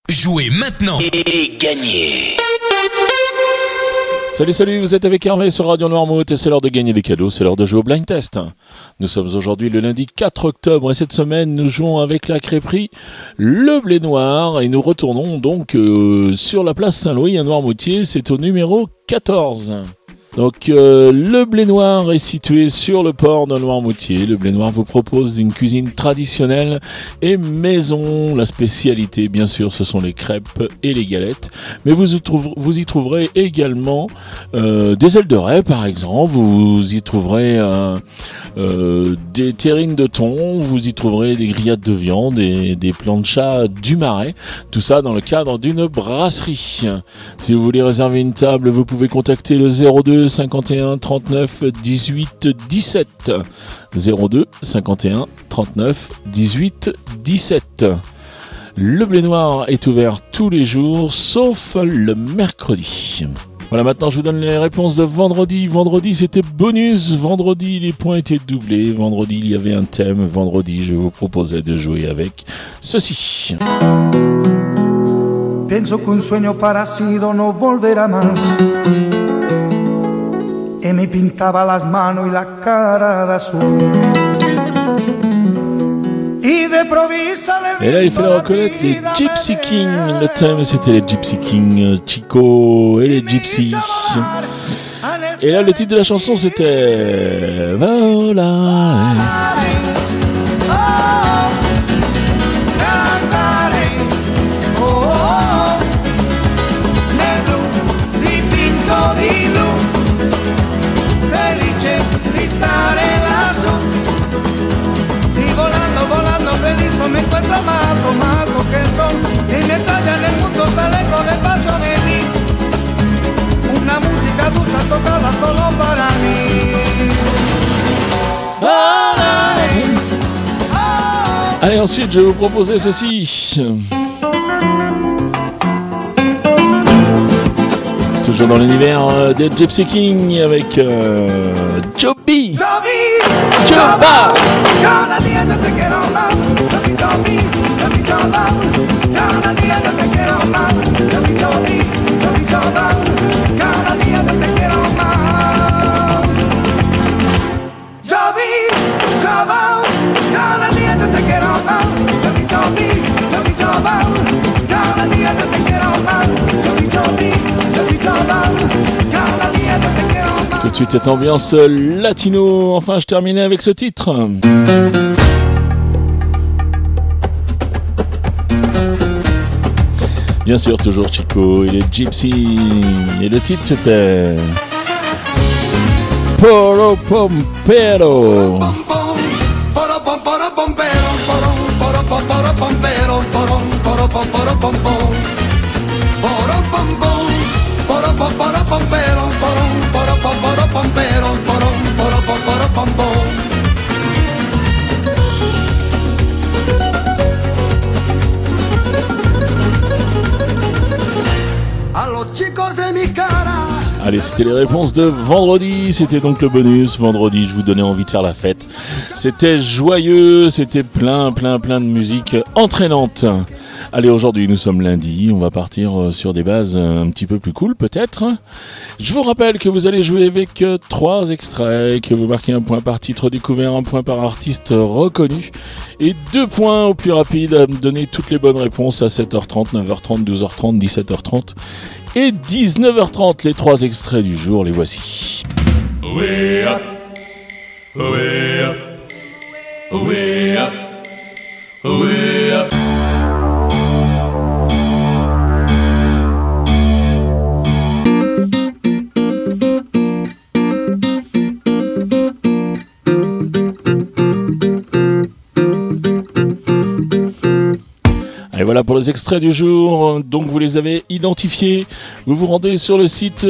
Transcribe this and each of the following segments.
Jouez maintenant et gagnez. Salut, vous êtes avec Hervé sur Radio Noirmouth et c'est l'heure de gagner des cadeaux, c'est l'heure de jouer au blind test. Nous sommes aujourd'hui le lundi 4 octobre et cette semaine nous jouons avec la crêperie Le Blé Noir et nous retournons donc sur la place Saint-Louis à Noirmoutier, c'est au numéro 14. Donc le Blé Noir est situé sur le port de Noirmoutier. Le Blé Noir vous propose une cuisine traditionnelle et maison. La spécialité, bien sûr, ce sont les crêpes et les galettes. Mais vous y trouverez également des ailes de raie, par exemple. Vous y trouverez des terrines de thon. Vous y trouverez des grillades de viande et des planchas du Marais. Tout ça dans le cadre d'une brasserie. Si vous voulez réserver une table, vous pouvez contacter le 02 51 39 18 17 02 51 39 18 17. Le Blé Noir est ouvert tous les jours sauf le mercredi. Voilà, maintenant je vous donne les réponses de vendredi. Vendredi c'était bonus, vendredi les points étaient doublés, vendredi il y avait un thème, vendredi je vous proposais de jouer avec ceci. Pienso qu'un sueño parecido no volverá más. Y me pintaba las manos y la cara de azul. Et là il fallait reconnaître les Gypsy Kings. Le thème c'était les Gypsy Kings, Chico et les Gypsy. Et là le titre de la chanson c'était Voilà. Me encuentro amado que son y me talla en el mundo sale con el paso de mí una música dulce tocada solo para mí. Allez, ensuite je vais vous proposer ceci. Toujours dans l'univers des Gypsy Kings avec Joby. Joba. Cada día yo te quiero más, Joby, Joba. Cada día yo te quiero más, Joby, Joba. Cada día yo te quiero más, Joby, Joba. Cada día yo te quiero más, Joby, Joba. Cada día yo te quiero más, Joby, Joba. Cada día yo te quiero más. Tout de suite cette ambiance latino. Enfin je terminais avec ce titre. Bien sûr, toujours Chico et les Gypsy. Et le titre c'était Poro Pompero. Allez, c'était les réponses de vendredi, c'était donc le bonus. Vendredi, je vous donnais envie de faire la fête. C'était joyeux, c'était plein de musique entraînante. Allez, aujourd'hui, nous sommes lundi, on va partir sur des bases un petit peu plus cool peut-être. Je vous rappelle que vous allez jouer avec 3 extraits, que vous marquez un point par titre découvert, un point par artiste reconnu et 2 points au plus rapide à me donner toutes les bonnes réponses à 7h30, 9h30, 12h30, 17h30 et 19h30. Les 3 extraits du jour, les voici. Way up, way up, way up, way up. Et voilà pour les extraits du jour, donc vous les avez identifiés, vous vous rendez sur le site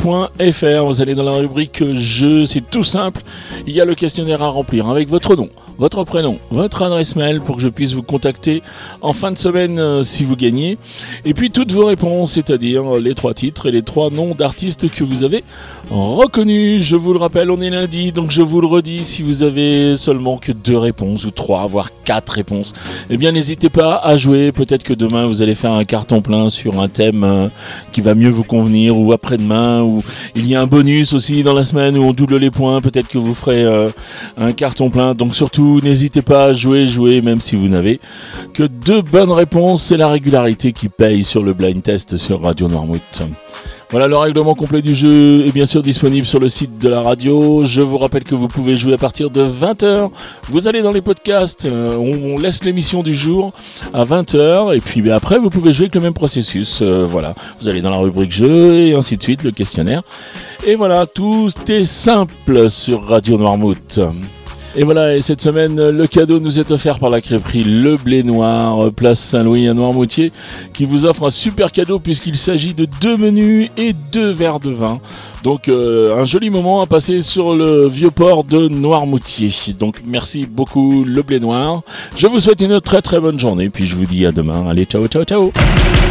radionoirmouth.fr, vous allez dans la rubrique jeux, c'est tout simple, il y a le questionnaire à remplir avec votre nom, votre prénom, votre adresse mail pour que je puisse vous contacter en fin de semaine si vous gagnez. Et puis toutes vos réponses, c'est-à-dire les 3 titres et les 3 noms d'artistes que vous avez reconnus. Je vous le rappelle, on est lundi, donc je vous le redis, si vous avez seulement que 2 réponses ou 3, voire 4 réponses, eh bien n'hésitez pas à jouer. Peut-être que demain vous allez faire un carton plein sur un thème qui va mieux vous convenir, ou après-demain, ou il y a un bonus aussi dans la semaine où on double les points. Peut-être que vous ferez un carton plein. Donc surtout, n'hésitez pas à jouer, même si vous n'avez que 2 bonnes réponses. C'est la régularité qui paye sur le blind test sur Radio Noirmouth. Voilà, le règlement complet du jeu est bien sûr disponible sur le site de la radio. Je vous rappelle que vous pouvez jouer à partir de 20h. Vous allez dans les podcasts, on laisse l'émission du jour à 20h, et puis après vous pouvez jouer avec le même processus. Voilà, vous allez dans la rubrique jeu et ainsi de suite, le questionnaire. Et voilà, tout est simple sur Radio Noirmouth. Et voilà, et cette semaine, le cadeau nous est offert par la crêperie Le Blé Noir, place Saint-Louis à Noirmoutier, qui vous offre un super cadeau puisqu'il s'agit de 2 menus et 2 verres de vin. Donc un joli moment à passer sur le vieux port de Noirmoutier. Donc merci beaucoup Le Blé Noir. Je vous souhaite une très très bonne journée, puis je vous dis à demain. Allez, ciao, ciao, ciao.